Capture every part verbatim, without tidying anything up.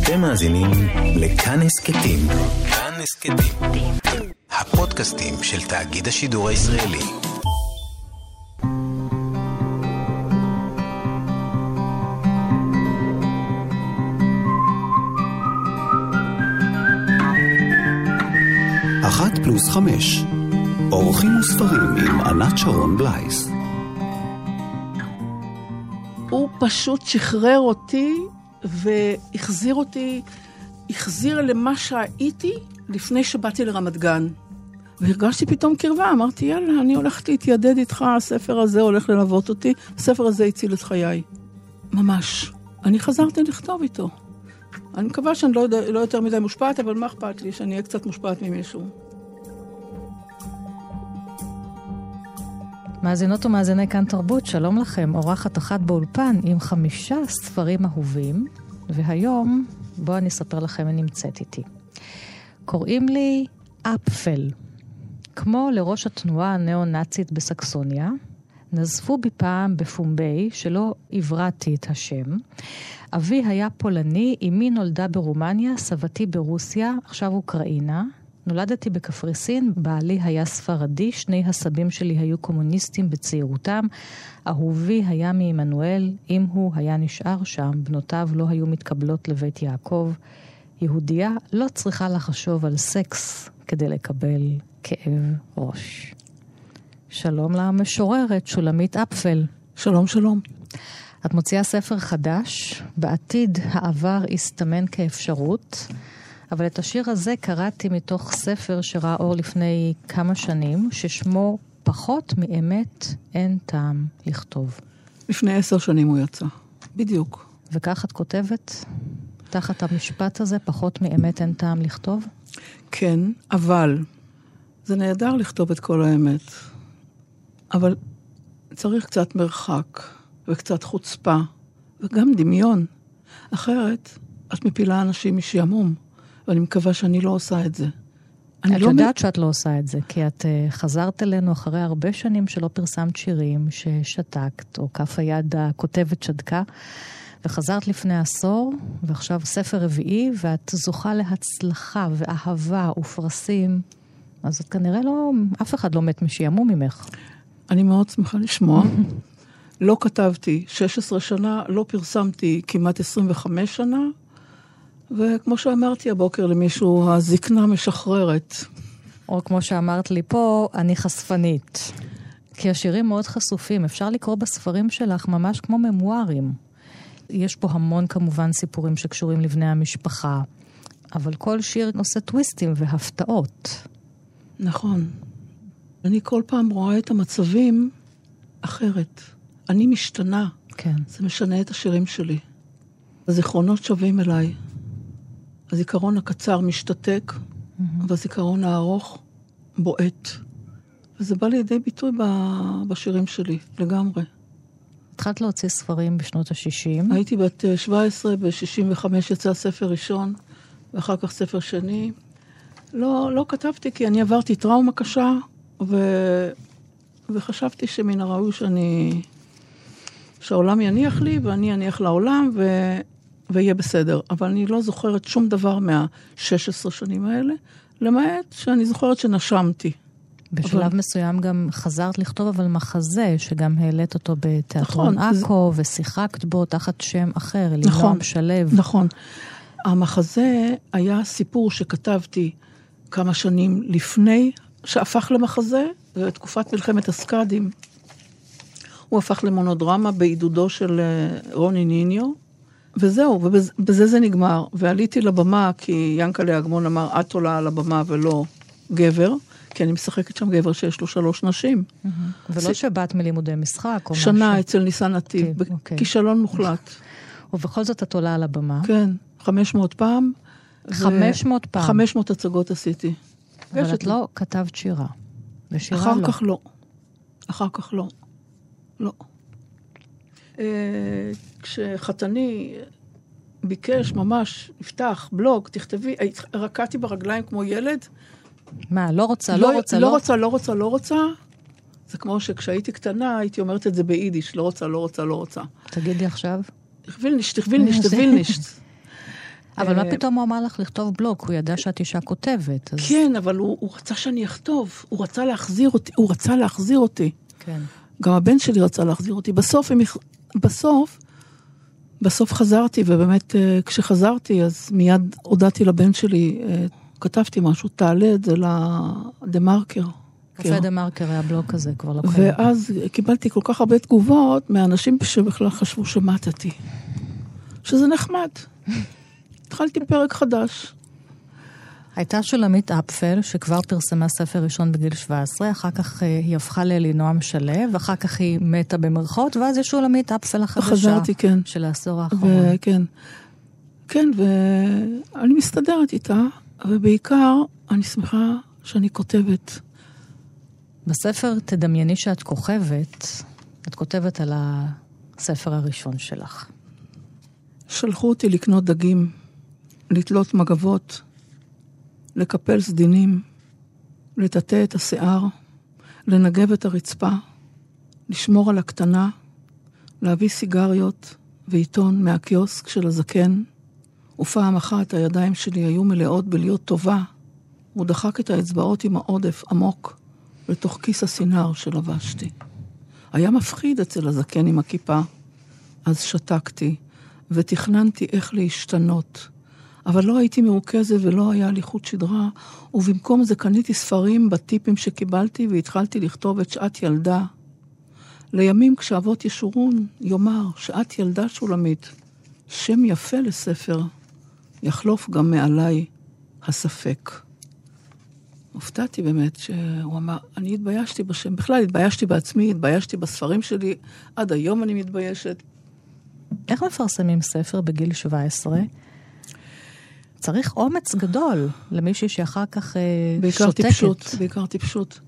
אתם מאזינים לכאן הסקטים. כאן הסקטים. הפודקאסטים של תאגיד השידור הישראלי. אחת פלוס חמש. אורחים וספרים עם ענת שרון בלייס. הוא פשוט שחרר אותי והחזיר אותי, החזיר למה שהייתי לפני שבאתי לרמת גן. והרגשתי פתאום קרבה, אמרתי, יאללה, אני הולכת להתיידד איתך, הספר הזה הולך ללוות אותי, הספר הזה הציל את חיי. ממש. אני חזרתי לכתוב איתו. אני מקווה שאני לא, לא יותר מדי מושפעת, אבל מה אכפת לי שאני אהיה קצת מושפעת ממישהו? מאזינות ומאזיני כאן תרבות, שלום לכם, אורחת אחת באולפן עם חמישה ספרים אהובים, והיום בואו אני אספר לכם אני נמצאת איתי. קוראים לי אפפל. כמו לראש התנועה הנאו-נאצית בסקסוניה, נזפו בי פעם בפומבי שלא עברתי את השם. אבי היה פולני, אמי נולדה ברומניה, סבתי ברוסיה, עכשיו אוקראינה. נולדתי בקפריסין, בעלי היה ספרדי, שני הסבים שלי היו קומוניסטים בצעירותם, אהובי היה מעמנואל, אם הוא היה נשאר שם, בנותיו לא היו מתקבלות לבית יעקב. יהודייה לא צריכה לחשוב על סקס כדי לקבל כאב ראש. שלום למשוררת שולמית אפפל. שלום, שלום. את מוציאה ספר חדש, בעתיד העבר הסתמן כאפשרות, אבל את השיר הזה קראתי מתוך ספר שראה אור לפני כמה שנים, ששמו פחות מאמת אין טעם לכתוב. לפני עשר שנים הוא יצא, בדיוק. וכך את כותבת תחת המשפט הזה, פחות מאמת אין טעם לכתוב? כן, אבל זה נהדר לכתוב את כל האמת. אבל צריך קצת מרחק וקצת חוצפה וגם דמיון. אחרת את מפילה אנשים משעמום. ואני מקווה שאני לא עושה את זה. את לא יודעת מ... שאת לא עושה את זה, כי את uh, חזרת אלינו אחרי הרבה שנים שלא פרסמת שירים, ששתקת, או כף היד הכותבת שדקה, וחזרת לפני עשור, ועכשיו ספר רביעי, ואת זוכה להצלחה ואהבה ופרסים, אז את כנראה לא, אף אחד לא מת משעמום ממך. אני מאוד שמחה לשמוע. לא כתבתי שש עשרה שנה, לא פרסמתי כמעט עשרים וחמש שנה, וכמו שאמרתי הבוקר למישהו, הזקנה משחררת. או כמו שאמרת לי פה, אני חשפנית. כי השירים מאוד חשופים, אפשר לקרוא בספרים שלך ממש כמו ממוארים. יש פה המון כמובן סיפורים שקשורים לבני המשפחה, אבל כל שיר עושה טוויסטים והפתעות. נכון. אני כל פעם רואה את המצבים אחרת. אני משתנה. כן. זה משנה את השירים שלי. הזיכרונות שווים אליי. הזיכרון הקצר משתתק, mm-hmm. והזיכרון הארוך בועט. וזה בא לידי ביטוי בשירים שלי, לגמרי. התחלת להוציא ספרים בשנות ה-שישים. הייתי בת שבע עשרה, ב-שישים וחמש יצא ספר ראשון, ואחר כך ספר שני. לא, לא כתבתי, כי אני עברתי טראומה קשה, ו... וחשבתי שמן הראוי שאני... שהעולם יניח לי, ואני יניח לעולם, ו... ויהיה בסדר. אבל אני לא זוכרת שום דבר מה-שש עשרה שנים האלה, למעט שאני זוכרת שנשמתי. בשלב אבל... מסוים גם חזרת לכתוב, אבל מחזה, שגם העלית אותו בתיאטרון נכון, אקו, זה... ושיחקת בו תחת שם אחר, נכון, לנועם שלב. נכון. המחזה היה סיפור שכתבתי כמה שנים לפני, שהפך למחזה, בתקופת מלחמת הסקאדים. הוא הפך למונודרמה בעידודו של רוני ניניו, וזהו, ובזה זה נגמר. ועליתי לבמה, כי ינקלה אגמון אמר, את עולה על הבמה ולא גבר, כי אני משחקת שם גבר שיש לו שלוש נשים. ולא שבאת מלימודי משחק או משהו. שנה אצל ניסן נתיב, כישלון מוחלט. ובכל זאת את עולה על הבמה. כן, חמש מאות פעם. חמש מאות פעם. חמש מאות הצגות עשיתי. אבל את לא כתבת שירה. אחר כך לא. אחר כך לא. לא. כשחתני ביקש ממש, נפתח, בלוג, תכתבי, רקעתי ברגליים כמו ילד. מה, לא רוצה, לא רוצה, לא רוצה, לא רוצה, לא רוצה. זה כמו שכשהייתי קטנה, הייתי אומרת את זה ביידיש, לא רוצה, לא רוצה, לא רוצה. תגידי עכשיו. תכווילנישט, תכווילנישט, תכווילנישט. אבל מה פתאום הוא אמר לך לכתוב בלוג? הוא ידע שאת אישה כותבת. אז... כן, אבל הוא, הוא רצה שאני אכתוב. הוא רצה להחזיר אותי. הוא רצה להחזיר אותי. כן. גם הבן שלי רצה להחזיר אותי. בסוף, הם, בסוף, בסוף חזרתי, ובאמת כשחזרתי, אז מיד הודעתי לבן שלי, כתבתי משהו, תעלה את זה לדה-מרקר. קפה דה-מרקר היה בלוג כזה, כבר לא קיים. ואז קיבלתי כל כך הרבה תגובות מאנשים שבכלל חשבו שמטתי. שזה נחמד. התחלתי פרק חדש. הייתה שולמית אפפל, שכבר פרסמה ספר ראשון בגיל שבע עשרה, אחר כך היא הפכה לאלינועם שלו, ואחר כך היא מתה במרכאות, ואז יש שולמית אפפל החדשה. חזרתי, כן. של העשור האחרון. כן. כן, ואני מסתדרת איתה, ובעיקר אני שמחה שאני כותבת. בספר תדמייני שאת כוכבת, את כותבת על הספר הראשון שלך. שלחו אותי לקנות דגים, לתלות מגבות, לקפל סדינים, לטאטא את השיער, לנגב את הרצפה, לשמור על הקטנה, להביא סיגריות ועיתון מהקיוסק של הזקן, ופעם אחת הידיים שלי היו מלאות בלהיות טובה, הוא דחק את האצבעות עם העודף עמוק לתוך כיס הסינר שלבשתי. היה מפחיד אצל הזקן עם הכיפה, אז שתקתי ותכננתי איך להשתנות, אבל לא הייתי מרוכזת ולא היה לי חוט שדרה, ובמקום זה קניתי ספרים בטיפים שקיבלתי והתחלתי לכתוב את שעת ילדה. לימים כשאבות ישורון יאמר שעת ילדה שולמית, שם יפה לספר, יחלוף גם מעליי הספק. הופתעתי באמת שהוא אמר, אני התביישתי בשם, בכלל התביישתי בעצמי, התביישתי בספרים שלי, עד היום אני מתביישת. איך מפרסמים ספר בגיל שבע עשרה? צריך אומץ גדול למישהי שאחר כך בעיקר שותקת. טיפשות, בעיקר טיפשות.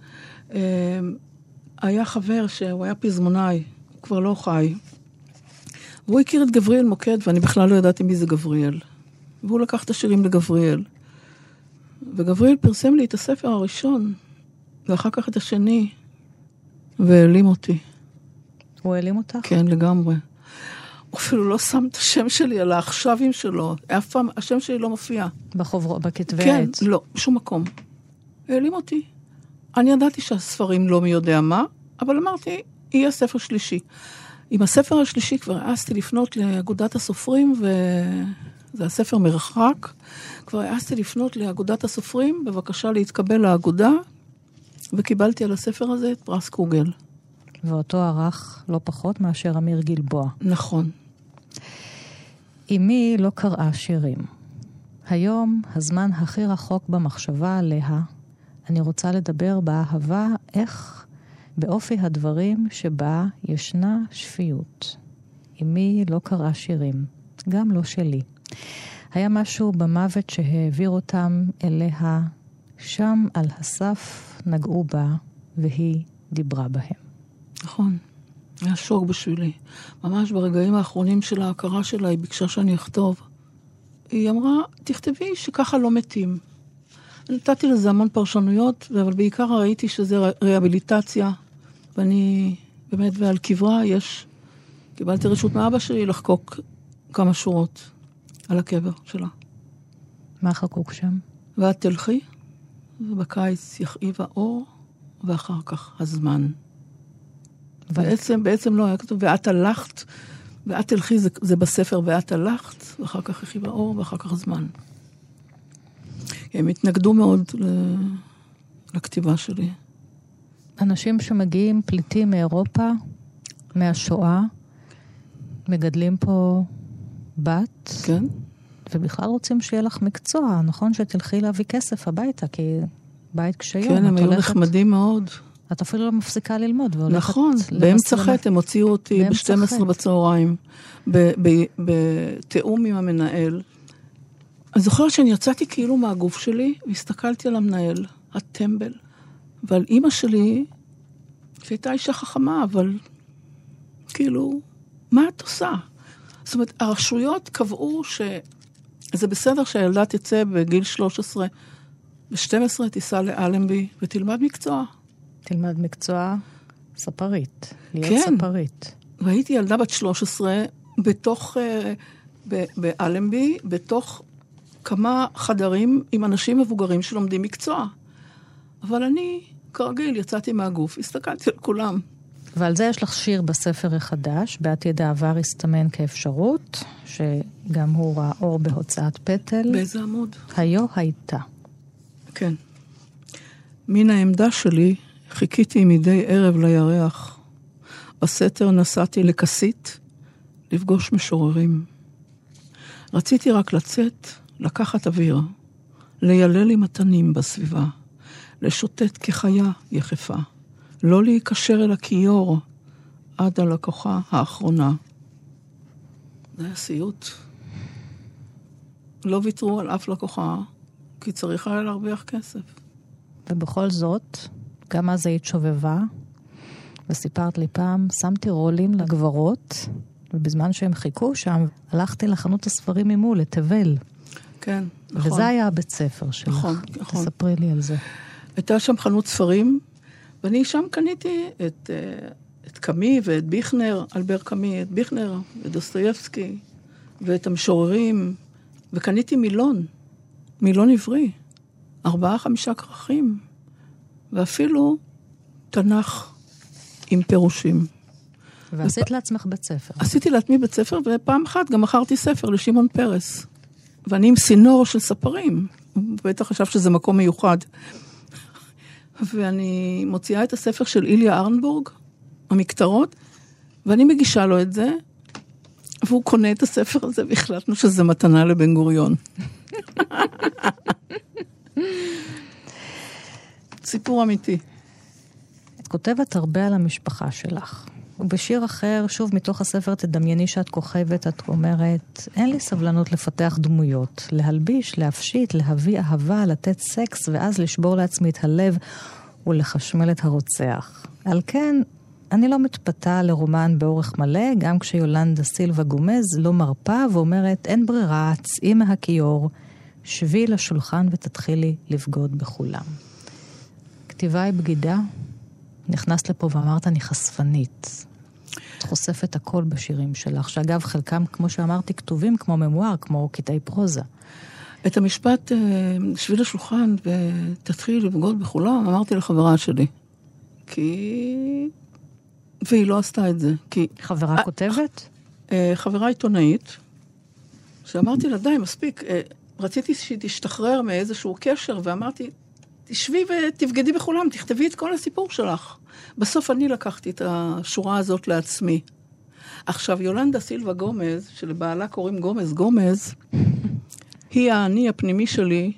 היה חבר שהוא היה פזמונאי, הוא כבר לא חי. והוא הכיר את גבריאל מוקד, ואני בכלל לא ידעתי מי זה גבריאל. והוא לקח את השירים לגבריאל. וגבריאל פרסם לי את הספר הראשון, ואחר כך את השני, והעלים אותי. הוא העלים אותך? כן, לגמרי. הוא אפילו לא שם את השם שלי על העכשווים שלו. אף פעם, השם שלי לא מופיע. בחוברו, בכתבי כן, העץ? לא, בשום מקום. העלים אותי. אני ידעתי שהספרים לא מי יודע מה, אבל אמרתי, יהיה ספר שלישי. עם הספר השלישי כבר העסתי לפנות לאגודת הסופרים, וזה הספר מרחק, כבר העסתי לפנות לאגודת הסופרים, בבקשה להתקבל לאגודה, וקיבלתי על הספר הזה את פרס קוגל. ואותו ערך לא פחות מאשר אמיר גלבוע. נכון. אמי לא קראה שירים. היום הזמן הכי רחוק במחשבה עליה, אני רוצה לדבר באהבה איך באופי הדברים שבה ישנה שפיות. אמי לא קראה שירים, גם לא שלי. היה משהו במוות שהעביר אותם אליה, שם על הסף נגעו בה והיא דיברה בהם. נכון, היה שוק בשבילי. ממש ברגעים האחרונים של ההכרה שלה, היא ביקשה שאני אכתוב. היא אמרה, תכתבי שככה לא מתים. נתתי לזה המון פרשנויות, אבל בעיקר ראיתי שזה ריאביליטציה, ואני באמת, ועל קברה יש, קיבלתי רשות מאבא שלי לחקוק כמה שורות על הקבר שלה. מה חקוק שם? ואת תלכי, ובקיץ יכאיב האור, ואחר כך הזמן. בעצם, בעצם לא היה כתוב, ואת הלכת, ואת תלכי, זה, זה בספר, ואת הלכת, ואחר כך יכאיב האור, ואחר כך הזמן. הם התנגדו מאוד לכתיבה שלי. אנשים שמגיעים פליטים מאירופה, מהשואה, מגדלים פה בת. כן. ובכלל רוצים שיהיה לך מקצוע, נכון? שתלכי להביא כסף הביתה, כי בית קשיון. כן, הם היו הולכת... נחמדים מאוד. את אפילו לא מפסיקה ללמוד. נכון, באמצע חטא הם הוציאו אותי ב-שתים עשרה בצהריים, בתאום עם המנהל. אני זוכרת שאני יצאתי כאילו מהגוף שלי, והסתכלתי על המנהל, הטמבל, ועל אמא שלי, שהייתה אישה חכמה, אבל כאילו, מה את עושה? זאת אומרת, הרשויות קבעו שזה בסדר שהילדה תצא בגיל שלוש עשרה, ב-שתים עשרה תיסע לאלנבי ותלמד מקצוע. תלמד מקצוע ספרית, להיות כן. ספרית. והייתי ילדה בת שלוש עשרה בתוך, באלנבי, בתוך כמה חדרים עם אנשים מבוגרים שלומדים מקצוע. אבל אני, כרגיל, יצאתי מהגוף, הסתכלתי על כולם. ועל זה יש לך שיר בספר החדש, בעתיד העבר הסתמן כאפשרות, שגם הוא ראה אור בהוצאת פטל. באיזה עמוד? היו הייתה. כן. מן העמדה שלי חיכיתי מדי ערב לירח. בסתר נסעתי לכסית, לפגוש משוררים. רציתי רק לצאת, לקחת אוויר, לילל עם מתנים בסביבה, לשוטט כחיה יחפה, לא להיקשר אל הכיור עד הלקוחה האחרונה. זה היה סיוט. לא ויתרו על אף לקוחה, כי צריך היה להרוויח כסף. ובכל זאת, גם אז היית שובבה, וסיפרת לי פעם, שמתי רולים לגברות, ובזמן שהם חיכו שם, הלכתי לחנות הספרים ממול, לתבל. כן, נכון. וזה היה הבית ספר שלך. נכון, נכון. תספרי לי על זה. הייתה שם חנות ספרים, ואני שם קניתי את, את קמי ואת ביכנר, אלבר קמי, את ביכנר, את דוסטויבסקי, ואת המשוררים, וקניתי מילון, מילון עברי, ארבעה, חמישה כרכים, ואפילו תנ"ך עם פירושים. ועשית ופ... לעצמך בית ספר. עשיתי לעצמי בית ספר, ופעם אחת גם מכרתי ספר לשמעון פרס. ואני עם סינור של ספרים. הוא בטח חשב שזה מקום מיוחד. ואני מוציאה את הספר של איליה ארנבורג, המקטרות, ואני מגישה לו את זה, והוא קונה את הספר הזה, והחלטנו שזה מתנה לבן גוריון. סיפור אמיתי. את כותבת הרבה על המשפחה שלך. ובשיר אחר, שוב מתוך הספר תדמייני שאת כוכבת, את אומרת, אין לי סבלנות לפתח דמויות, להלביש, להפשיט, להביא אהבה, לתת סקס, ואז לשבור לעצמי את הלב ולחשמל את הרוצח. על כן, אני לא מתפתה לרומן באורך מלא, גם כשיולנדה סילבה גומז לא מרפה ואומרת, אין ברירה, צאי מהכיור, שבי לשולחן ותתחילי לבגוד בכולם. כתיבה היא בגידה, נכנסת לפה ואמרת, אני חשפנית. את חושפת הכל בשירים שלך, שאגב, חלקם, כמו שאמרתי, כתובים כמו ממואר, כמו קטעי פרוזה. את המשפט, שבי לשולחן ותתחילי לבגוד בכולם, אמרתי לחברה שלי. כי... והיא לא עשתה את זה. כי... חברה כותבת? חברה עיתונאית, שאמרתי לה, די, מספיק. רציתי שהיא תשתחרר מאיזשהו קשר, ואמרתי, תשבי ותבגדי בכולם, תכתבי את כל הסיפור שלך. בסוף אני לקחתי את השורה הזאת לעצמי. עכשיו, יולנדה סילבה גומז, שלבעלה קוראים גומז גומז, היא האני הפנימי שלי,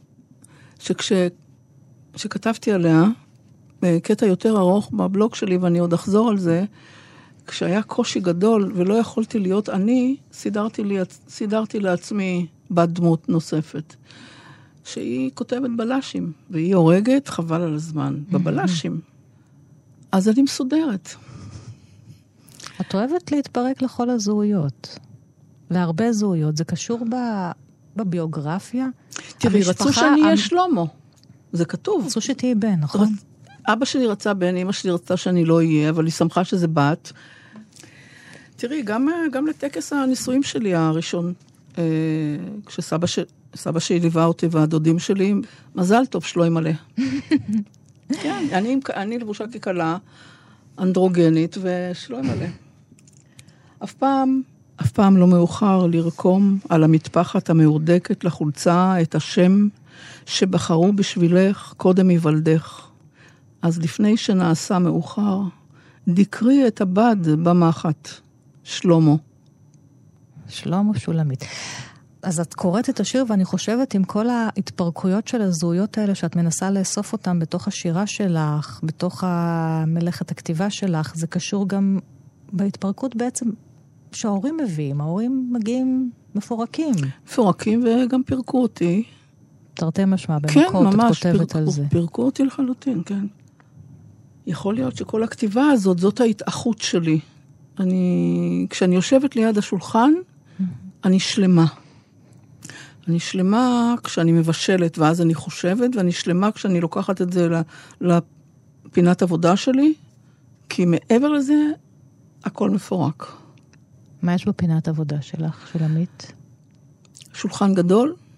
שכשכתבתי עליה, בקטע יותר ארוך בבלוג שלי, ואני עוד אחזור על זה, כשהיה קושי גדול ולא יכולתי להיות אני, סידרתי, לי, סידרתי לעצמי בת דמות נוספת. שהיא כותבת בלשים, והיא הורגת חבל על הזמן, בבלשים. אז אני מסודרת. את אוהבת להתפרק לכל הזהויות, להרבה זהויות. זה קשור בביוגרפיה. תראי, רצו שאני אהיה שלמה. זה כתוב. רצו שתהי בן, נכון? אבא שלי רצה בן, אמא שלי רצתה שאני לא אהיה, אבל היא שמחה שזה בת. תראי, גם, גם לטקס הנישואים שלי הראשון, כשסבא ש... סבא שלי ליווה אותי והדודים שלי, מזל טוב שלא ימלא. כן, אני, אני לבושה כקלה, אנדרוגנית, ושלא ימלא. אף פעם, אף פעם לא מאוחר לרקום על המטפחת המאורדקת לחולצה את השם שבחרו בשבילך קודם יוולדך. אז לפני שנעשה מאוחר, דקרי את הבד במחט, שלמה. שלמה שולמית. אז את קוראת את השיר, ואני חושבת עם כל ההתפרקויות של הזהויות האלה, שאת מנסה לאסוף אותם בתוך השירה שלך, בתוך מלאכת הכתיבה שלך, זה קשור גם בהתפרקות בעצם שההורים מביאים. ההורים מגיעים מפורקים. מפורקים וגם פירקו אותי. תרתי משמע, במקות, כן, ממש, את כותבת פירקו, על זה. פירקו אותי לחלוטין, כן. יכול להיות שכל הכתיבה הזאת, זאת ההתאחות שלי. אני, כשאני יושבת ליד השולחן, אני שלמה. אני שלמה כשאני מבשלת, ואז אני חושבת, ואני שלמה כשאני לוקחת את זה לפינת עבודה שלי, כי מעבר לזה, הכל מפורק. מה יש בפינת עבודה שלך, שולמית? שולחן גדול,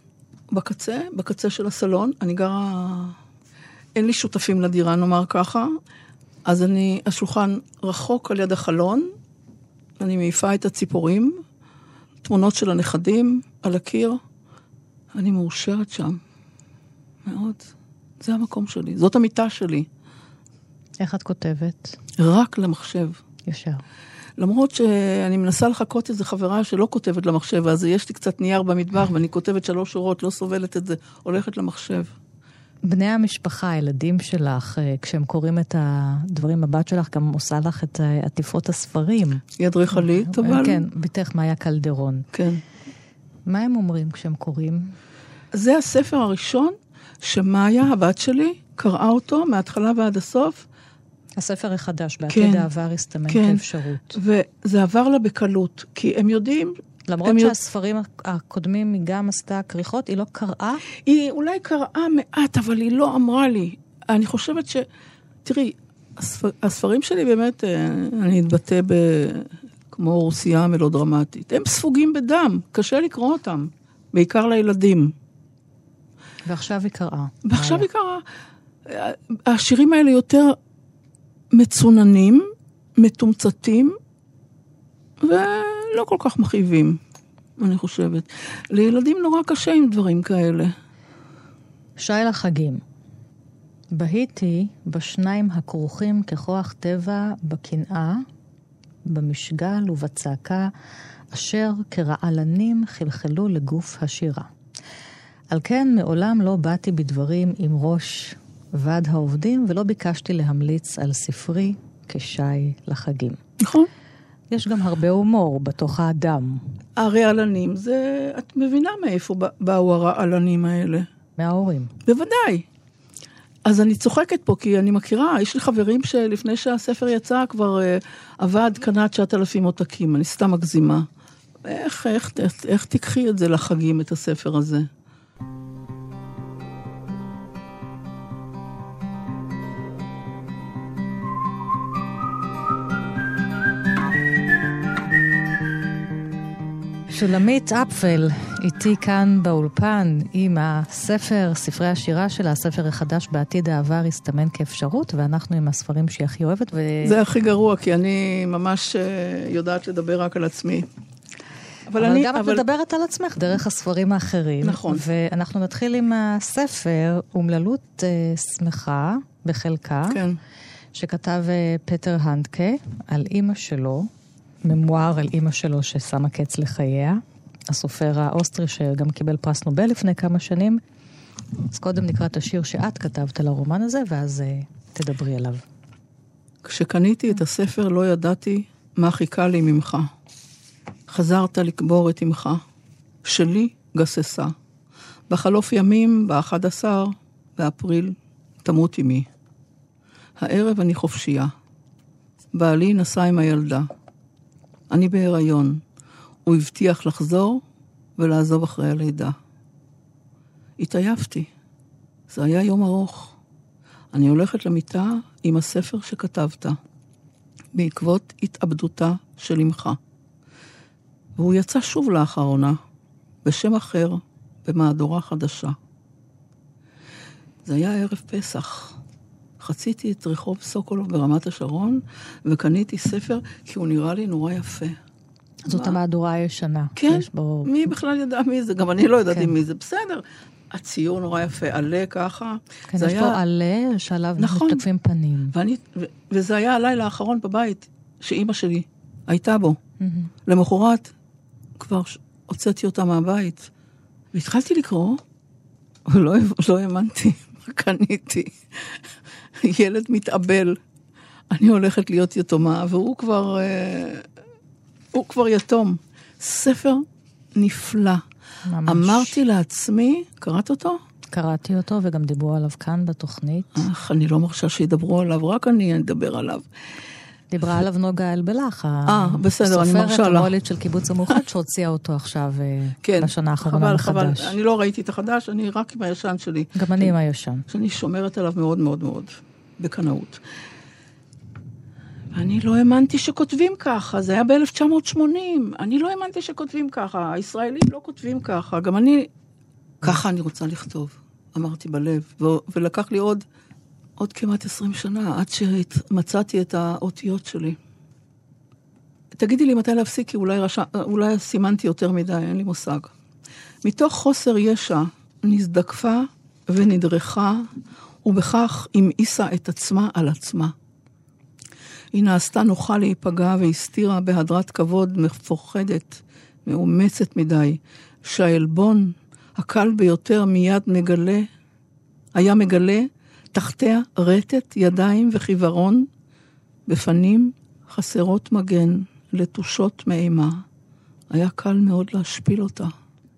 בקצה, בקצה של הסלון. אני גרה, אין לי שותפים לדירה, נאמר ככה. אז אני, השולחן רחוק על יד החלון, אני מעיפה את הציפורים, תמונות של הנכדים על הקיר. אני מאושרת שם. מאוד. זה המקום שלי. זאת המיטה שלי. איך את כותבת? רק למחשב. ישר. למרות שאני מנסה לחכות איזו חברה שלא כותבת למחשב, אז יש לי קצת נייר במטבח, ואני כותבת שלוש שורות, לא סובלת את זה, הולכת למחשב. בני המשפחה, הילדים שלך, כשהם קוראים את הדברים, הבת שלך גם עושה לך את עטיפות הספרים. היא אדריכלית, אבל... כן, ביתך מאיה קלדרון. כן. מה הם אומרים כשהם קוראים? זה הספר הראשון שמאיה, הבת שלי, קראה אותו מההתחלה ועד הסוף. הספר החדש, בעתיד כן, העבר הסתמן כן. כאפשרות. וזה עבר לה בקלות, כי הם יודעים... למרות הם שהספרים הקודמים היא גם עשתה כריכות, היא לא קראה? היא אולי קראה מעט, אבל היא לא אמרה לי. אני חושבת ש... תראי, הספר, הספרים שלי באמת, אני אתבטא ב... כמו רוסייה מלודרמטית. הם ספוגים בדם, קשה לקרוא אותם, בעיקר לילדים. ועכשיו היא קראה. ועכשיו היא קראה. השירים האלה יותר מצוננים, מתומצתים, ולא כל כך מכאיבים, אני חושבת. לילדים נורא קשה עם דברים כאלה. שי לחגים. בהיתי בשניים הכרוכים ככוח טבע בקנאה, במשגל ובצעקה, אשר כרעלנים חלחלו לגוף השירה. על כן מעולם לא באתי בדברים עם ראש ועד העובדים, ולא ביקשתי להמליץ על ספרי כשי לחגים. נכון. יש גם הרבה הומור בתוך האדם. הרעלנים, זה, את מבינה מאיפה באו הרעלנים האלה? מההורים. בוודאי. אז אני צוחקת פה, כי אני מכירה, יש לי חברים שלפני שהספר יצא, כבר uh, עבד קנה תשעת אלפים עותקים, אני סתם מגזימה. איך, איך, איך, איך תקחי את זה לחגים, את הספר הזה? שולמית אפפל, איתי כאן באולפן עם הספר, ספרי השירה שלה, הספר החדש בעתיד העבר הסתמן כאפשרות, ואנחנו עם הספרים שהיא הכי אוהבת. ו... זה הכי גרוע, כי אני ממש יודעת לדבר רק על עצמי. אבל, אבל אני, גם אבל... את מדברת על עצמך דרך הספרים האחרים. נכון. ואנחנו נתחיל עם הספר, אומללות uh, שמחה בחלקה, כן. שכתב uh, פטר הנדקה על אמא שלו, ממואר על אמא שלו ששמה קץ לחייה, הסופר האוסטרי שגם קיבל פרס נובל לפני כמה שנים. אז קודם נקרא את השיר שאת כתבת על הרומן הזה, ואז uh, תדברי עליו. כשקניתי את הספר לא ידעתי מה חיכה לי ממך. חזרת לקבור את אמך, שלי גססה. בחלוף ימים, ב-אחד עשר באפריל, תמות אמי. הערב אני חופשייה. בעלי נסע עם הילדה. אני בהיריון. הוא הבטיח לחזור ולעזוב אחרי הלידה. התעייפתי. זה היה יום ארוך. אני הולכת למיטה עם הספר שכתבת, בעקבות התאבדותה של אמך. והוא יצא שוב לאחרונה, בשם אחר, במהדורה חדשה. זה היה ערב פסח. חציתי את רחוב סוקולוב ברמת השרון, וקניתי ספר, כי הוא נראה לי נורא יפה. זאת מה? המהדורה הישנה. כן, בו... מי בכלל ידע מי זה? גם אני לא ידעתי כן. מי זה. בסדר. הציור נורא יפה, עלה ככה. כן, יש היה... פה עלה שעליו נכון. משתקפים פנים. ואני, ו... וזה היה הלילה האחרון בבית, שאימא שלי הייתה בו. Mm-hmm. למחרת, כבר הוצאתי אותה מהבית. והתחלתי לקרוא, ולא לא האמנתי מה קניתי. ילד מתאבל. אני הולכת להיות יתומה, והוא כבר, הוא כבר יתום. ספר נפלא. ממש. אמרתי לעצמי, קראת אותו? קראתי אותו, וגם דיברו עליו כאן בתוכנית. אך, אני לא מרשה שידברו עליו, רק אני אדבר עליו. דיברה עליו נוגה אלבלח, הסופרת המולית של קיבוץ המאוחד, שהוציאה אותו עכשיו כן, בשנה האחרונה מחדש. חבל, חבל. אני לא ראיתי את החדש, אני רק עם הישן שלי. גם אני עם הישן. שאני שומרת עליו מאוד מאוד מאוד, בקנאות. אני לא האמנתי שכותבים ככה, זה היה ב-אלף תשע מאות שמונים. אני לא האמנתי שכותבים ככה, הישראלים לא כותבים ככה. גם אני ככה אני רוצה לכתוב, אמרתי בלב, ו- ולקח לי עוד, עוד כמעט עשרים שנה, עד שמצאתי את האותיות שלי. תגידי לי מתי להפסיק, כי אולי, רש... אולי סימנתי יותר מדי, אין לי מושג. מתוך חוסר ישע נזדקפה ונדרכה, ובכך המאיסה את עצמה על עצמה. היא נעשתה נוחה להיפגע והסתירה בהדרת כבוד מפוחדת, מאומצת מדי, שהעלבון הקל ביותר מיד מגלה, היה מגלה תחתיה רטט ידיים וחיוורון, בפנים חסרות מגן, לתושות מאימה. היה קל מאוד להשפיל אותה.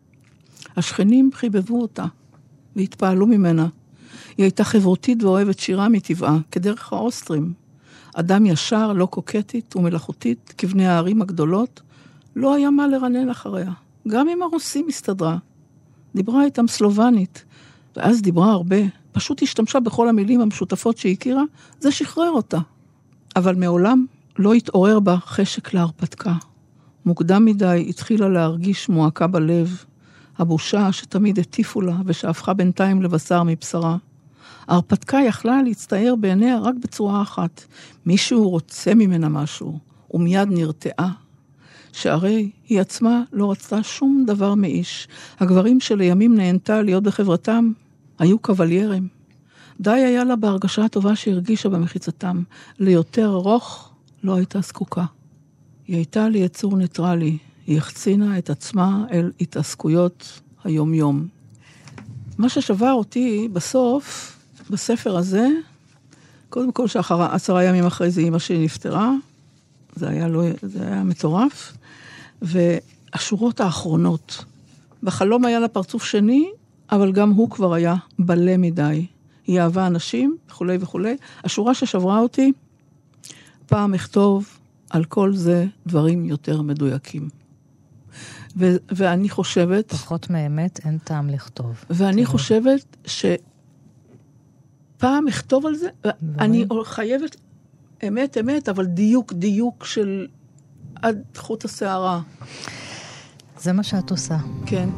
השכנים חיבבו אותה והתפעלו ממנה. היא הייתה חברותית ואוהבת שירה מטבעה, כדרך האוסטרים. אדם ישר, לא קוקטית ומלאכותית, כבני הערים הגדולות, לא היה מה לרנן אחריה. גם אם הרוסים הסתדרה. דיברה איתם סלובנית, ואז דיברה הרבה. פשוט השתמשה בכל המילים המשותפות שהכירה, זה שחרר אותה. אבל מעולם לא התעורר בה חשק להרפתקה. מוקדם מדי התחילה להרגיש מועקה בלב, הבושה שתמיד הטיפו לה ושהפכה בינתיים לבשר מבשרה. ההרפתקה יכלה להצטער בעיניה רק בצורה אחת. מישהו רוצה ממנה משהו, ומיד נרתעה. שהרי היא עצמה לא רצתה שום דבר מאיש. הגברים שלימים נהנתה להיות בחברתם היו קבליירים. די היה לה בהרגשה הטובה שהרגישה במחיצתם. ליותר רוך לא הייתה זקוקה. היא הייתה ליצור ניטרלי. היא החצינה את עצמה אל התעסקויות היום-יום. מה ששבר אותי בסוף, בספר הזה, קודם כל שאחר עשרה ימים אחרי זה אמא שלי נפטרה, זה היה, לא, זה היה מטורף, והשורות האחרונות, בחלום היה לה פרצוף שני, אבל גם הוא כבר היה בלה מדי. היא אהבה אנשים, וכו' וכו'. השורה ששברה אותי, פעם אכתוב על כל זה דברים יותר מדויקים. ו- ואני חושבת... פחות מאמת, אין טעם לכתוב. ואני חושבת שפעם אכתוב על זה, אני חייבת אמת, אמת, אבל דיוק, דיוק של עד חוט השערה. זה מה שאת עושה. כן.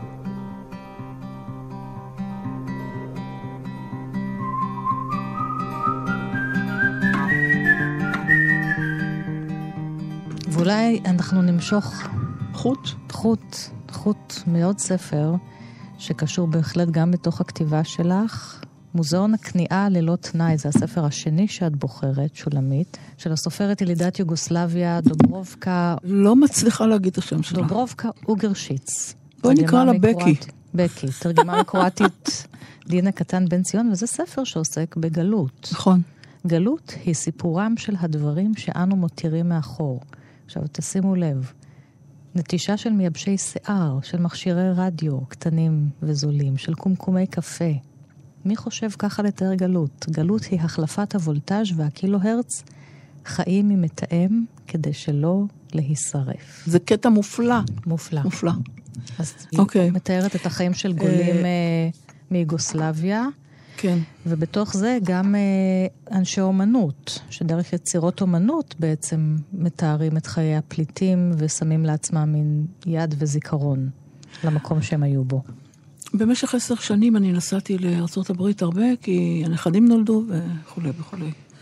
ואולי אנחנו נמשוך חוט? חוט, חוט מעוד ספר, שקשור בהחלט גם בתוך הכתיבה שלך. מוזיאון הכניעה ללא תנאי, זה הספר השני שאת בוחרת, שולמית, של הסופרת ילידת יוגוסלביה, דוברובקה... לא מצליחה להגיד את השם שלה. דוברובקה אוגרשיץ. בואי נקרא לה בקי. בקי, תרגמה מקרואטית דינה קטן בן ציון, וזה ספר שעוסק בגלות. נכון. גלות היא סיפורם של הדברים שאנו מותירים מאחור. עכשיו, תשימו לב, נטישה של מייבשי שיער, של מכשירי רדיו קטנים וזולים, של קומקומי קפה. מי חושב ככה לתאר גלות? גלות היא החלפת הוולטאז' והקילו-הרץ, חיים ממתאם כדי שלא להישרף. זה קטע מופלא. מופלא. מופלא. אז אוקיי. היא מתארת את החיים של גולים מיוגוסלביה, כן. ובתוך זה גם אנשי אומנות, שדרך יצירות אומנות בעצם מתארים את חיי הפליטים ושמים לעצמם מין יד וזיכרון למקום שהם היו בו. במשך עשר שנים אני נסעתי לארצות הברית הרבה, כי הנכדים נולדו וכו' וכו'.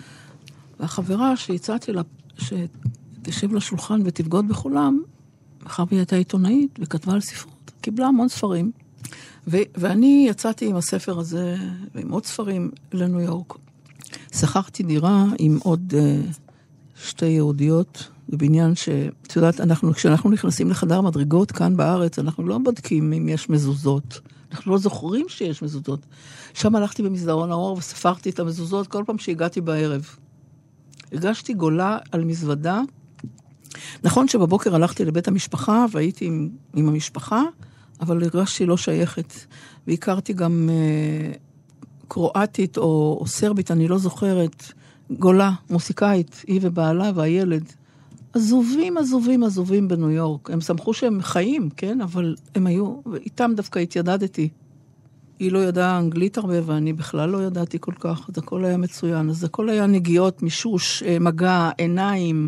והחברה שהצעתי לה, שתשב לשולחן ותבגוד בכולם, אחר והיא הייתה עיתונאית וכתבה על ספרות, קיבלה המון ספרים. ו- ואני יצאתי עם הספר הזה, ועם עוד ספרים לניו יורק. שכרתי דירה עם עוד uh, שתי יהודיות, בבניין ש... את יודעת, אנחנו, כשאנחנו נכנסים לחדר מדרגות כאן בארץ, אנחנו לא בודקים אם יש מזוזות. אנחנו לא זוכרים שיש מזוזות. שם הלכתי במסדרון האור וספרתי את המזוזות כל פעם שהגעתי בערב. הרגשתי גולה על מזוודה. נכון שבבוקר הלכתי לבית המשפחה והייתי עם, עם המשפחה, אבל הרגשתי לא שייכת. והכרתי גם אה, קרואטית או, או סרבית, אני לא זוכרת, גולה, מוסיקאית, היא ובעלה והילד. עזובים, עזובים, עזובים בניו יורק. הם שמחו שהם חיים, כן? אבל הם היו, ואיתם דווקא התיידדתי. היא לא ידעה אנגלית הרבה, ואני בכלל לא ידעתי כל כך. אז הכל היה מצוין. אז הכל היה נגיעות, מישוש, מגע, עיניים,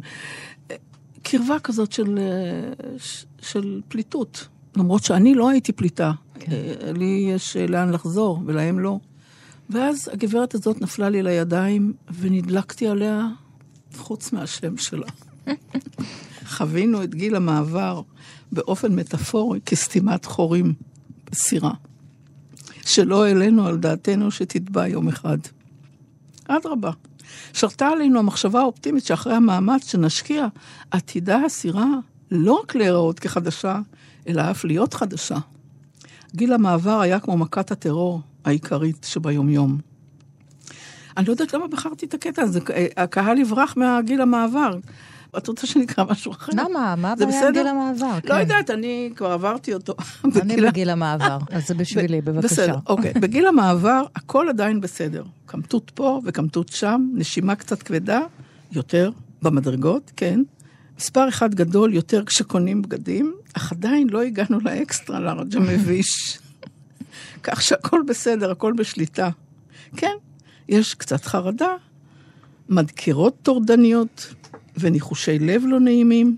קרבה כזאת של, של פליטות. למרות שאני לא הייתי פליטה. כן. לי יש לאן לחזור, ולהם לא. ואז הגברת הזאת נפלה לי לידיים, ונדלקתי עליה חוץ מהשם שלה. חווינו את גיל המעבר באופן מטאפורי, כסתימת חורים בסירה, שלא אלינו על דעתנו שתטבע יום אחד. עד רבה. שרתה עלינו המחשבה האופטימית שאחרי המאמץ שנשקיע, עתידה הסירה לא רק להיראות כחדשה, אלא אף להיות חדשה. גיל המעבר היה כמו מכת הטרור העיקרית שביום-יום. אני לא יודעת למה בחרתי את הקטע הזה, הקהל יברח מהגיל המעבר. את רוצה שנקרא משהו אחר? למה? מה הבעיה עם גיל המעבר? לא יודעת, אני כבר עברתי אותו. אני בגיל המעבר, אז זה בשבילי, בבקשה. בסדר, אוקיי. בגיל המעבר, הכל עדיין בסדר. קמטות פה וקמטות שם, נשימה קצת כבדה, יותר במדרגות, כן. מספר אחד גדול יותר כשקונים בגדים, אך עדיין לא הגענו לאקסטרה לארג' המביש. כך שהכל בסדר, הכל בשליטה. כן, יש קצת חרדה, מדקירות טורדניות וניחושי לב לא נעימים,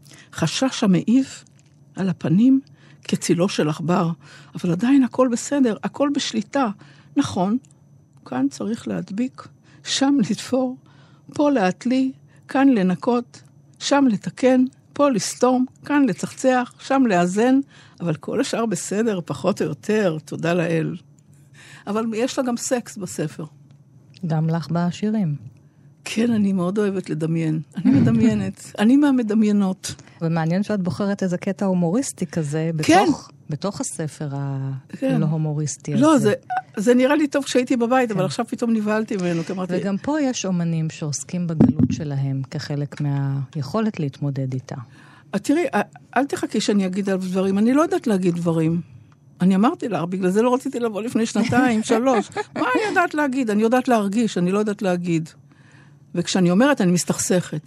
חשש המעיב על הפנים כצילו של עכבר, אבל עדיין הכל בסדר, הכל בשליטה. נכון, כאן צריך להדביק, שם לתפור, פה להטלי, כאן לנקות, שם לתקן, פה לסתום, כאן לצחצח, שם לאזן, אבל כל השאר בסדר, פחות או יותר, תודה לאל. אבל יש לה גם סקס בספר. גם לך בשירים. כן, אני מאוד אוהבת לדמיין. אני מדמיינת. אני מהמדמיינות. ומעניין שאת בוחרת איזה קטע הומוריסטי כזה, כן. בתוך, בתוך הספר הלא הומוריסטי הזה. לא, זה, זה נראה לי טוב כשהייתי בבית, כן. אבל עכשיו פתאום נבהלתי ממנו. כמרתי... וגם פה יש אומנים שעוסקים בגלות שלהם, כחלק מהיכולת להתמודד איתה. תראי, אל תחכי שאני אגיד על דברים. אני לא יודעת להגיד דברים. אני אמרתי לה, בגלל זה לא רציתי לבוא לפני שנתיים, שלוש. מה אני יודעת להגיד? אני יודעת להרגיש, אני לא יודעת להגיד. וכשאני אומרת, אני מסתכסכת.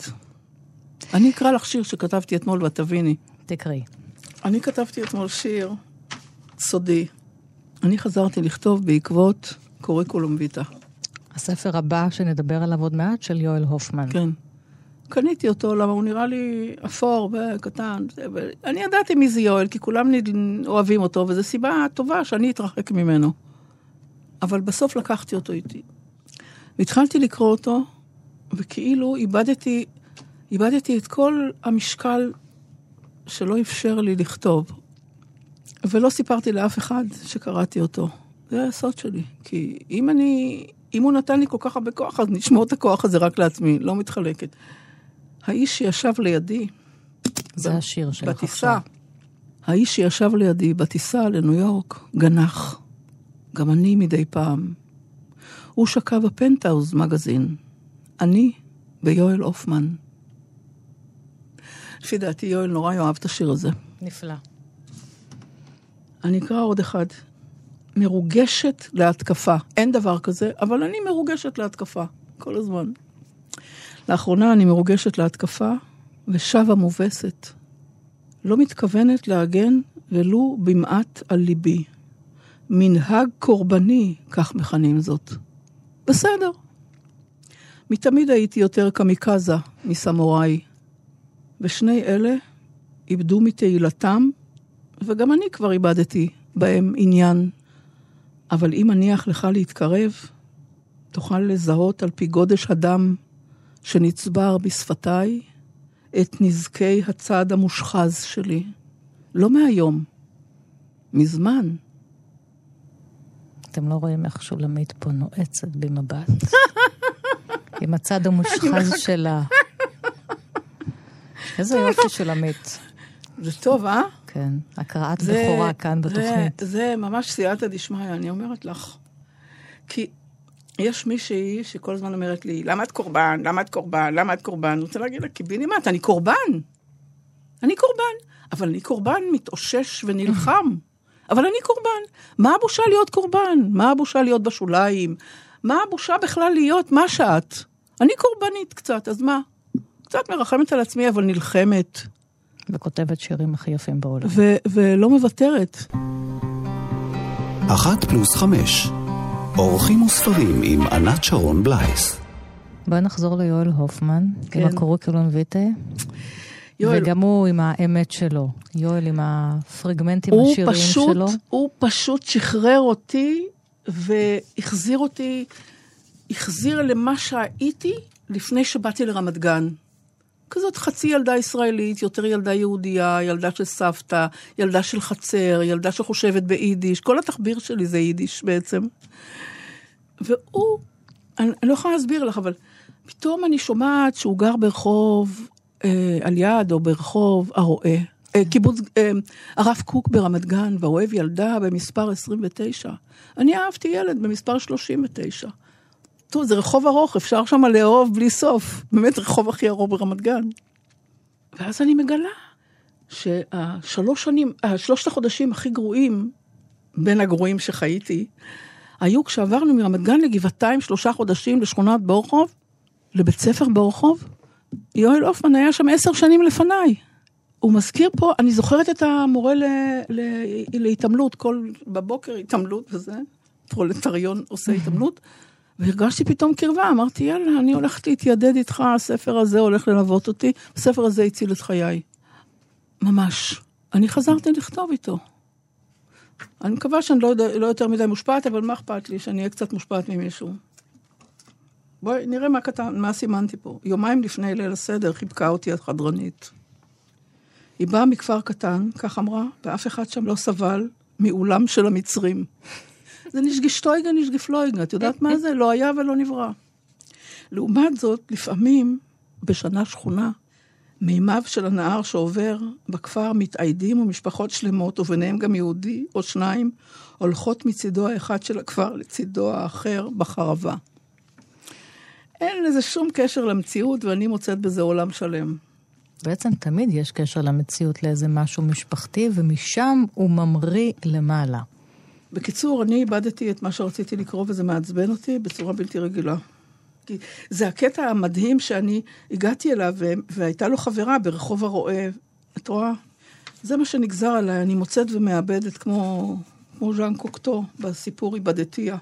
אני אקרא לך שיר שכתבתי אתמול, ואת תביני. תקראי. אני כתבתי אתמול שיר סודי. אני חזרתי לכתוב בעקבות קוריקולום ויטה. הספר הבא שנדבר עליו עוד מעט, של יואל הופמן. כן. קניתי אותו, למה הוא נראה לי אפור וקטן. אני ידעתי מי זה יואל, כי כולם אוהבים אותו, וזו סיבה טובה שאני אתרחק ממנו. אבל בסוף לקחתי אותו איתי. והתחלתי לקרוא אותו, וכאילו איבדתי, איבדתי את כל המשקל שלא אפשר לי לכתוב. ולא סיפרתי לאף אחד שקראתי אותו. זה הסוד שלי. כי אם אני, אם הוא נתן לי כל כך הרבה כוח, אז נשמור את הכוח הזה רק לעצמי, לא מתחלקת. האיש שישב לידי, זה ב- השיר שלך בטיסה, עכשיו. האיש שישב לידי בטיסה לניו יורק, גנח. גם אני מדי פעם. הוא שקע בפנטהאוז מגזין. אני ויואל הופמן. לפי דעתי, יואל נורא יאהב את השיר הזה. נפלא. אני אקרא עוד אחד. מרוגשת להתקפה. אין דבר כזה, אבל אני מרוגשת להתקפה. כל הזמן. לאחרונה אני מרוגשת להתקפה, ושבה מובסת. לא מתכוונת להגן, ולו במעט על ליבי. מנהג קורבני, כך מכנים זאת. בסדר. מתמיד הייתי יותר קמיקזה מסמוראי. ושני אלה איבדו מתהילתם, וגם אני כבר איבדתי בהם עניין. אבל אם אניח לך להתקרב, תוכל לזהות על פי גודש הדם שנצבר בשפתיי את נזקי הצד המושחז שלי. לא מהיום, מזמן. אתם לא רואים איך שולמית פה נועצת במבט. עם הצד המושחז שלה. איזה יופי שולמית. זה טוב, אה? כן, הקראת בכורה כאן בתוכנית. זה, זה ממש סייעתא דשמיא, אני אומרת לך. כי יש מישהי שכל הזמן אומרת לי, למה את קורבן? למה את קורבן? למה את קורבן? אני רוצה להגיד לה, קיבינימט, אני קורבן. אני קורבן. אבל אני קורבן מתאושש ונלחם. אבל אני קורבן. מה הבושה להיות קורבן? מה הבושה להיות בשוליים? מה הבושה בכלל להיות? מה שאת? אני קורבנית קצת, אז מה? קצת מרחמת על עצמי, אבל נלחמת. וכותבת שירים הכי יפים בעולם. ו- ולא מוותרת. אחת פלוס חמש. אורחים וספרים עם ענת שרון בלייס. בואי נחזור ליואל הופמן, כן. עם הקוריקולום ויטה. יואל, וגם הוא עם האמת שלו. יואל עם הפרגמנטים השיריים פשוט, שלו. הוא פשוט שחרר אותי והחזיר אותי, החזיר למה שהייתי לפני שבאתי לרמת גן. כזאת חצי ילדה ישראלית, יותר ילדה יהודייה, ילדה של סבתא, ילדה של חצר, ילדה שחושבת ביידיש. כל התחביר שלי זה יידיש בעצם. והוא, אני, אני לא יכולה להסביר לך, אבל פתאום אני שומעת שהוא גר ברחוב אה, על יד או ברחוב הרואה. אה, קיבוץ אה, הרב קוק ברמת גן, והאוהב ילדה במספר עשרים ותשע. אני אהבתי ילד במספר שלושים ותשע. טוב, זה רחוב ארוך, אפשר שם לאהוב בלי סוף. באמת רחוב הכי ארוך ברמת גן. ואז אני מגלה שהשלוש שנים, השלושת החודשים הכי גרועים, בין הגרועים שחייתי, היו כשעברנו מרמת גן לגבעתיים שלושה חודשים לשכונת בורחוב, לבית ספר בורחוב. יואל אופמן היה שם עשר שנים לפניי. הוא מזכיר פה, אני זוכרת את המורה ל, ל, להתעמלות, כל בבוקר התעמלות וזה, פרולטריון עושה התעמלות, והרגשתי פתאום קרבה, אמרתי, יאללה, אני הולכת להתיידד איתך, הספר הזה הולך ללוות אותי, הספר הזה הציל את חיי. ממש. אני חזרתי לכתוב איתו. אני מקווה שאני לא, יודע, לא יותר מדי מושפעת, אבל מה אכפת לי שאני אהיה קצת מושפעת ממישהו? בואי, נראה מה כתב, מה סימנתי פה. יומיים לפני ליל הסדר חיבקה אותי החדרנית. היא באה מכפר קטן, כך אמרה, ואף אחד שם לא סבל מעולם של המצרים. זה נשגשטויגה, נשגפלויגה, את יודעת מה זה? לא היה ולא נברא. לעומת זאת, לפעמים, בשנה שכונה, מימיו של הנהר שעובר בכפר מתעיידים ומשפחות שלמות, וביניהם גם יהודי או שניים, הולכות מצידו האחד של הכפר לצידו האחר בחרבה. אין לזה שום קשר למציאות, ואני מוצאת בזה עולם שלם. בעצם תמיד יש קשר למציאות לאיזה משהו משפחתי, ומשם הוא ממריא למעלה. בקיצור, אני איבדתי את מה שרציתי לקרוא, וזה מעצבן אותי בצורה בלתי רגילה. כי זה הקטע המדהים שאני הגעתי אליו, והייתה לו חברה ברחוב הרואה. את רואה? זה מה שנגזר עליי, אני מוצאת ומאבדת כמו, כמו ז'אן קוקטו בסיפור איבדתיה.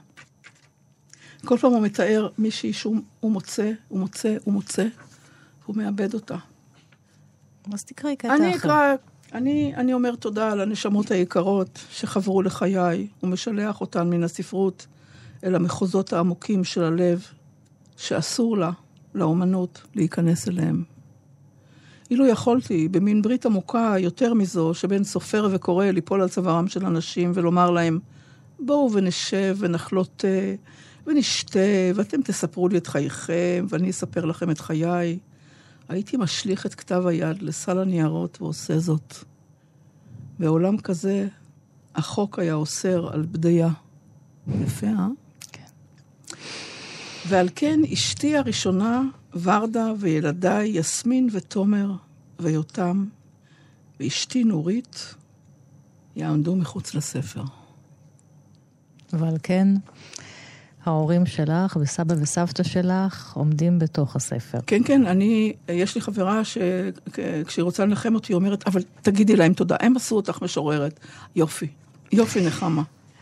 כל פעם הוא מתאר מישהי שהוא מוצא, הוא מוצא, הוא מוצא, והוא מאבד אותה. אז תקראי קטע אני אחר. אקרא, אני, אני אומר תודה על הנשמות היקרות שחברו לחיי, ומשלח אותן מן הספרות אל המחוזות העמוקים של הלב, שאסור לה, לאומנות, להיכנס אליהם. אילו יכולתי, במין ברית עמוקה יותר מזו, שבין סופר וקורא ליפול על צווארם של אנשים ולומר להם, בואו ונשב ונחלות תה, ונשתה, ואתם תספרו לי את חייכם, ואני אספר לכם את חיי. הייתי משליך את כתב היד לסל הניירות ועושה זאת. בעולם כזה, החוק היה אוסר על בדיה. יפה, אה? כן. ועל כן אשתי הראשונה, ורדה וילדיי, יסמין ותומר ויותם, ואשתי נורית, יעמדו מחוץ לספר. ועל כן, ההורים שלך וסבא וסבתא שלך עומדים בתוך הספר. כן, כן, אני, יש לי חברה שכשהיא רוצה לנחם אותי, היא אומרת, אבל תגידי להם תודה, הם עשו אותך משוררת. יופי, יופי נחמה.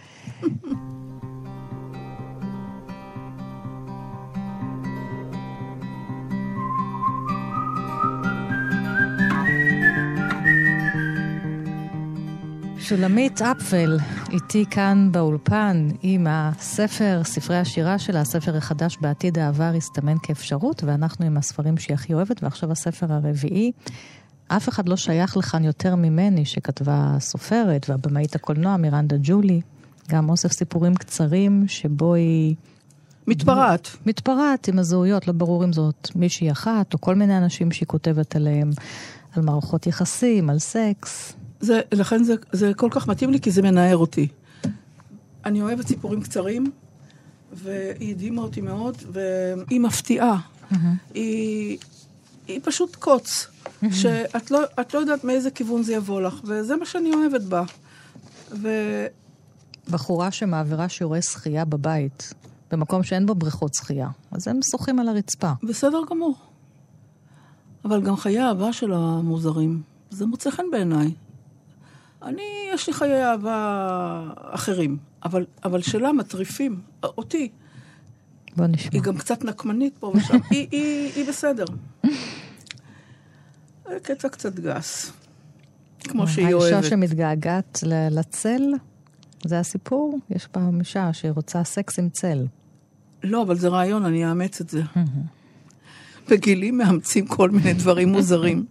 שולמית אפפל, איתי כאן באולפן עם הספר, ספרי השירה שלה, הספר החדש בעתיד העבר הסתמן כאפשרות, ואנחנו עם הספרים שהיא הכי אוהבת, ועכשיו הספר הרביעי. אף אחד לא שייך לכאן יותר ממני, שכתבה סופרת, והבמאית הקולנוע מירנדה ג'ולי, גם אוסף סיפורים קצרים, שבו היא... מתפרעת. מתפרעת עם הזהויות, לא ברור אם זאת מישהי אחת, או כל מיני אנשים שהיא כותבת עליהם, על מערכות יחסים, על סקס. זה, לכן זה, זה כל כך מתאים לי, כי זה מנער אותי. אני אוהבת סיפורים קצרים, והיא הדהימה אותי מאוד, והיא מפתיעה. Mm-hmm. היא, היא פשוט קוץ, mm-hmm. שאת לא, את לא יודעת מאיזה כיוון זה יבוא לך, וזה מה שאני אוהבת בה. ו... בחורה שמעבירה שיעורי שחייה בבית, במקום שאין בו בריכות שחייה, אז הם שוחים על הרצפה. בסדר גמור. אבל גם חיי האהבה של המוזרים, זה מוצא חן בעיניי. אני, יש לי חיי אהבה אחרים, אבל, אבל שלה מטריפים, אותי. בוא נשמע. היא גם קצת נקמנית פה ושם, היא, היא, היא בסדר. קטע קצת גס. כמו שהיא אוהבת. האישה שמתגעגעת לצל, זה הסיפור? יש פעם אישה שהיא רוצה סקס עם צל. לא, אבל זה רעיון, אני אאמץ את זה. בגילים מאמצים כל מיני דברים מוזרים.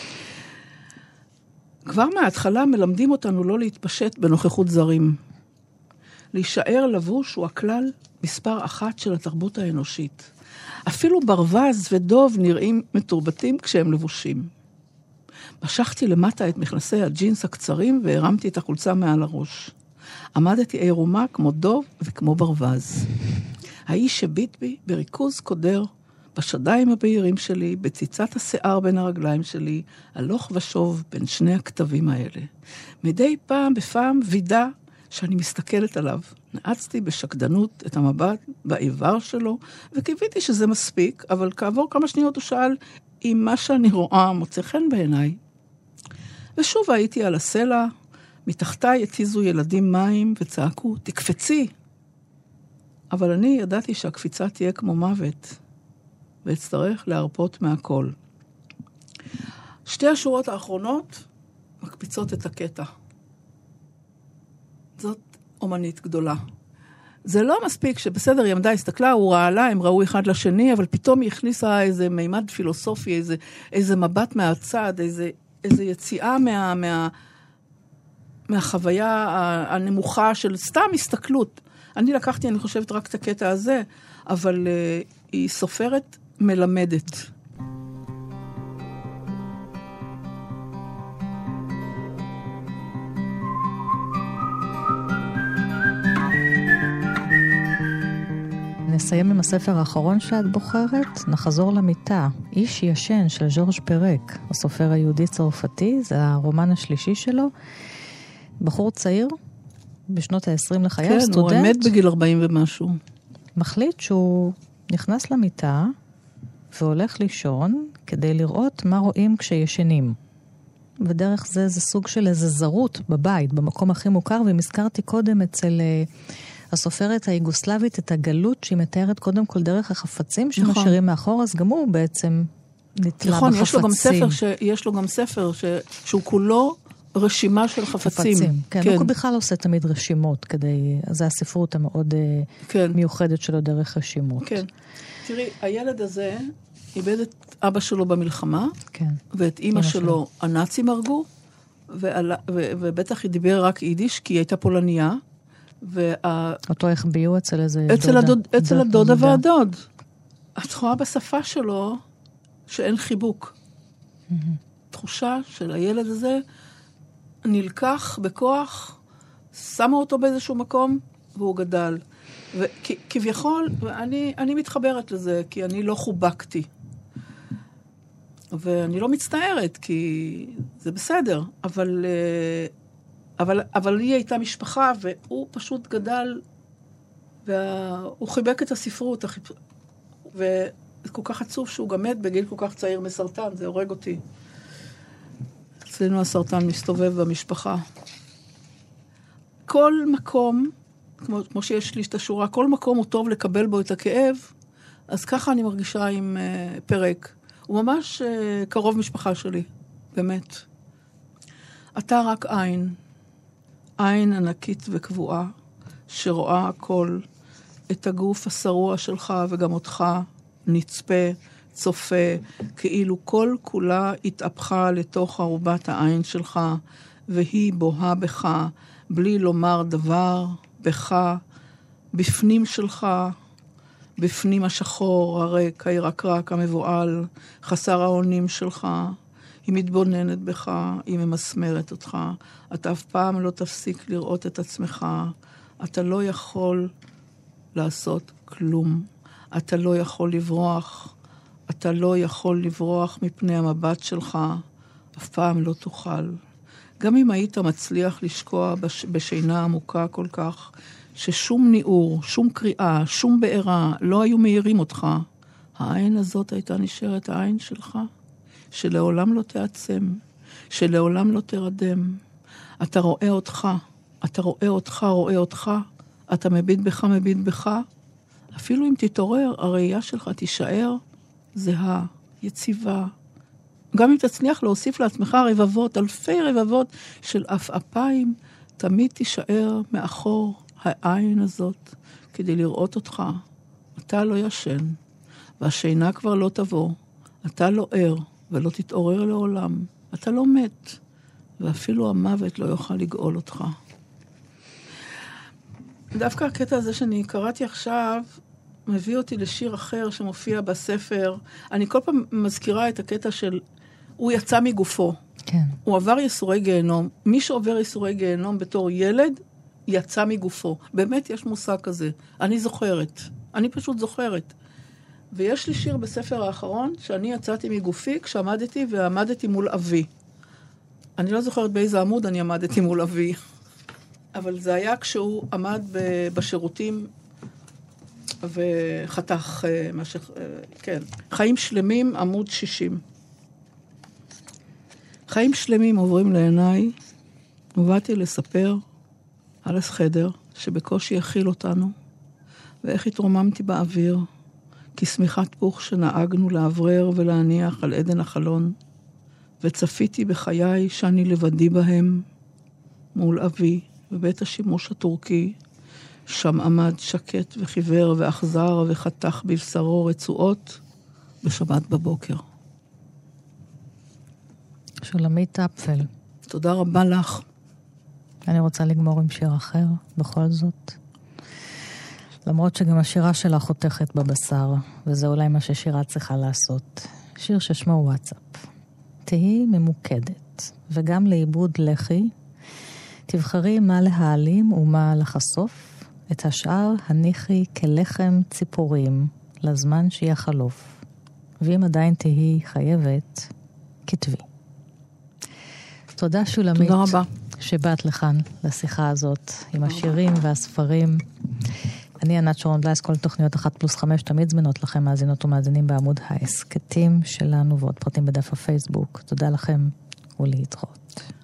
כבר מההתחלה מלמדים אותנו לא להתפשט בנוכחות זרים. להישאר לבוש הוא הכלל מספר אחת של התרבות האנושית. אפילו ברווז ודוב נראים מתורבתים כשהם לבושים. משכתי למטה את מכנסי הג'ינס הקצרים והרמתי את החולצה מעל הראש. עמדתי עירומה כמו דוב וכמו ברווז. האיש שביט בי בריכוז קודר, בשדיים הבהירים שלי, בציצת השיער בין הרגליים שלי, הלוך ושוב בין שני הכתבים האלה. מדי פעם בפעם וידע שאני מסתכלת עליו. נעצתי בשקדנות את המבט באיבר שלו, וקיוויתי שזה מספיק, אבל כעבור כמה שניות הוא שאל אם מה שאני רואה מוצא חן בעיניי. ושוב הייתי על הסלע, מתחתיי התיזו ילדים מים וצעקו, תקפצי! אבל אני ידעתי שהקפיצה תהיה כמו מוות, ואצטרך להרפות מהכל. שתי השורות האחרונות מקפיצות את הקטע. זאת אומנית גדולה. זה לא מספיק שבסדר, היא עמדה, הסתכלה, הוא ראה לה, הם ראו אחד לשני, אבל פתאום היא הכניסה איזה מימד פילוסופי, איזה, איזה מבט מהצד, איזה, איזה יציאה מה, מה, מהחוויה הנמוכה של סתם הסתכלות. אני לקחתי, אני חושבת, רק את הקטע הזה, אבל uh, היא סופרת מלמדת. נסיים עם הספר האחרון שאת בוחרת, נחזור למיטה, איש ישן של ז'ורג' פרק, הסופר היהודי צרפתי, זה הרומן השלישי שלו, בחור צעיר, בשנות ה-עשרים לחייו, כן, סטודנט. הוא עמד בגיל ארבעים ומשהו. מחליט שהוא נכנס למיטה, והולך לישון, כדי לראות מה רואים כשישנים. ודרך זה זה סוג של איזה זרות בבית, במקום הכי מוכר, ואם הזכרתי קודם אצל הסופרת היוגוסלבית את הגלות, שהיא מתארת קודם כל דרך החפצים שמשאירים מאחור, אז גם הוא בעצם נתלה נכון, בחפצים. יש לו גם ספר, ש... יש לו גם ספר ש... שהוא כולו רשימה של חפצים. חפצים, כן. כן. הוא בכלל עושה תמיד רשימות, כדי, זה הספרות המאוד כן. מיוחדת שלו דרך רשימות. כן. תראי, הילד הזה איבד את אבא שלו במלחמה, כן. ואת אמא שלו הנאצים הרגו, ועלה, ו... ובטח היא דיבר רק יידיש, כי היא הייתה פולניה, וה... אותו החביאו אצל איזה אצל דודה. הדוד, אצל דוד, הדודה דודה. והדוד. את רואה בשפה שלו שאין חיבוק. Mm-hmm. תחושה של הילד הזה נלקח בכוח, שמה אותו באיזשהו מקום, והוא גדל. וכביכול, אני, אני מתחברת לזה, כי אני לא חובקתי. ואני לא מצטערת, כי זה בסדר, אבל... אבל, אבל היא הייתה משפחה, והוא פשוט גדל, והוא חיבק את הספרות, וזה כל כך עצוב שהוא גם מת בגיל כל כך צעיר מסרטן, זה הורג אותי. אצלנו הסרטן מסתובב במשפחה. כל מקום, כמו, כמו שיש לי את השורה, כל מקום הוא טוב לקבל בו את הכאב, אז ככה אני מרגישה עם uh, פרק. הוא ממש uh, קרוב משפחה שלי, באמת. אתה רק עין. עין ענקית וקבועה, שרואה הכל, את הגוף השרוע שלך וגם אותך, נצפה, צופה, כאילו כל כולה התהפכה לתוך ערובת העין שלך, והיא בוהה בך, בלי לומר דבר, בך, בפנים שלך, בפנים השחור, הריק, הירקרק, המבועל, חסר האונים שלך, היא מתבוננת בך, היא ממסמרת אותך. אתה אף פעם לא תפסיק לראות את עצמך. אתה לא יכול לעשות כלום. אתה לא יכול לברוח. אתה לא יכול לברוח מפני המבט שלך. אף פעם לא תוכל. גם אם היית מצליח לשקוע בש... בשינה עמוקה כל כך, ששום ניעור, שום קריאה, שום בעירה, לא היו מהירים אותך, העין הזאת הייתה נשארת העין שלך. שלעולם לא תעצם, שלעולם לא תרדם. אתה רואה אותך, אתה רואה אותך, רואה אותך, אתה מביט בך, מביט בך. אפילו אם תתעורר, הראייה שלך תישאר זהה, יציבה, גם אם תצליח להוסיף לעצמך רבבות, אלפי רבבות של אפיים, תמיד תישאר מאחור העין הזאת, כדי לראות אותך. אתה לא ישן, והשינה כבר לא תבוא. אתה לא ער, ולא תתעורר לעולם. אתה לא מת, ואפילו המוות לא יוכל לגאול אותך. דווקא הקטע הזה שאני קראתי עכשיו, מביא אותי לשיר אחר שמופיע בספר. אני כל פעם מזכירה את הקטע של, הוא יצא מגופו. כן. הוא עבר ייסורי גיהנום. מי שעובר ייסורי גיהנום בתור ילד, יצא מגופו. באמת יש מושג כזה. אני זוכרת. אני פשוט זוכרת. ויש לי שיר בספר האחרון, שאני יצאתי מגופי כשעמדתי ועמדתי מול אבי. אני לא זוכרת באיזה עמוד אני עמדתי מול אבי. אבל זה היה כשהוא עמד בשירותים וחתך, משך, כן. חיים שלמים, עמוד שישים. חיים שלמים עוברים לעיניי, ובאתי לספר על הסחדר שבקושי הכיל אותנו, ואיך התרוממתי באוויר, כשמיכת פוך שנהגנו לעברר ולהניח על עדן החלון, וצפיתי בחיי שאני לבדי בהם, מול אבי, בבית השימוש הטורקי, שם עמד שקט וחיוור ואחזר וחתך בבשרו רצועות בשבת בבוקר. שולמית אפפל. תודה רבה לך. אני רוצה לגמור עם שיר אחר, בכל זאת. למרות שגם השירה שלה חותכת בבשר, וזה אולי מה ששירה צריכה לעשות. שיר ששמו וואטסאפ. תהי ממוקדת, וגם לאיבוד לחי, תבחרי מה להעלים ומה לחשוף, את השאר הניחי כלחם ציפורים, לזמן שיחלוף. ואם עדיין תהי חייבת, כתבי. תודה שולמית. תודה רבה. שבאת לכאן לשיחה הזאת, עם השירים והספרים. אני ענת שרון בלייס, כל תוכניות אחת פלוס חמש תמיד זמינות לכם, מאזינות ומאזינים בעמוד העסקתים שלנו, ועוד פרטים בדף הפייסבוק. תודה לכם ולהתראות.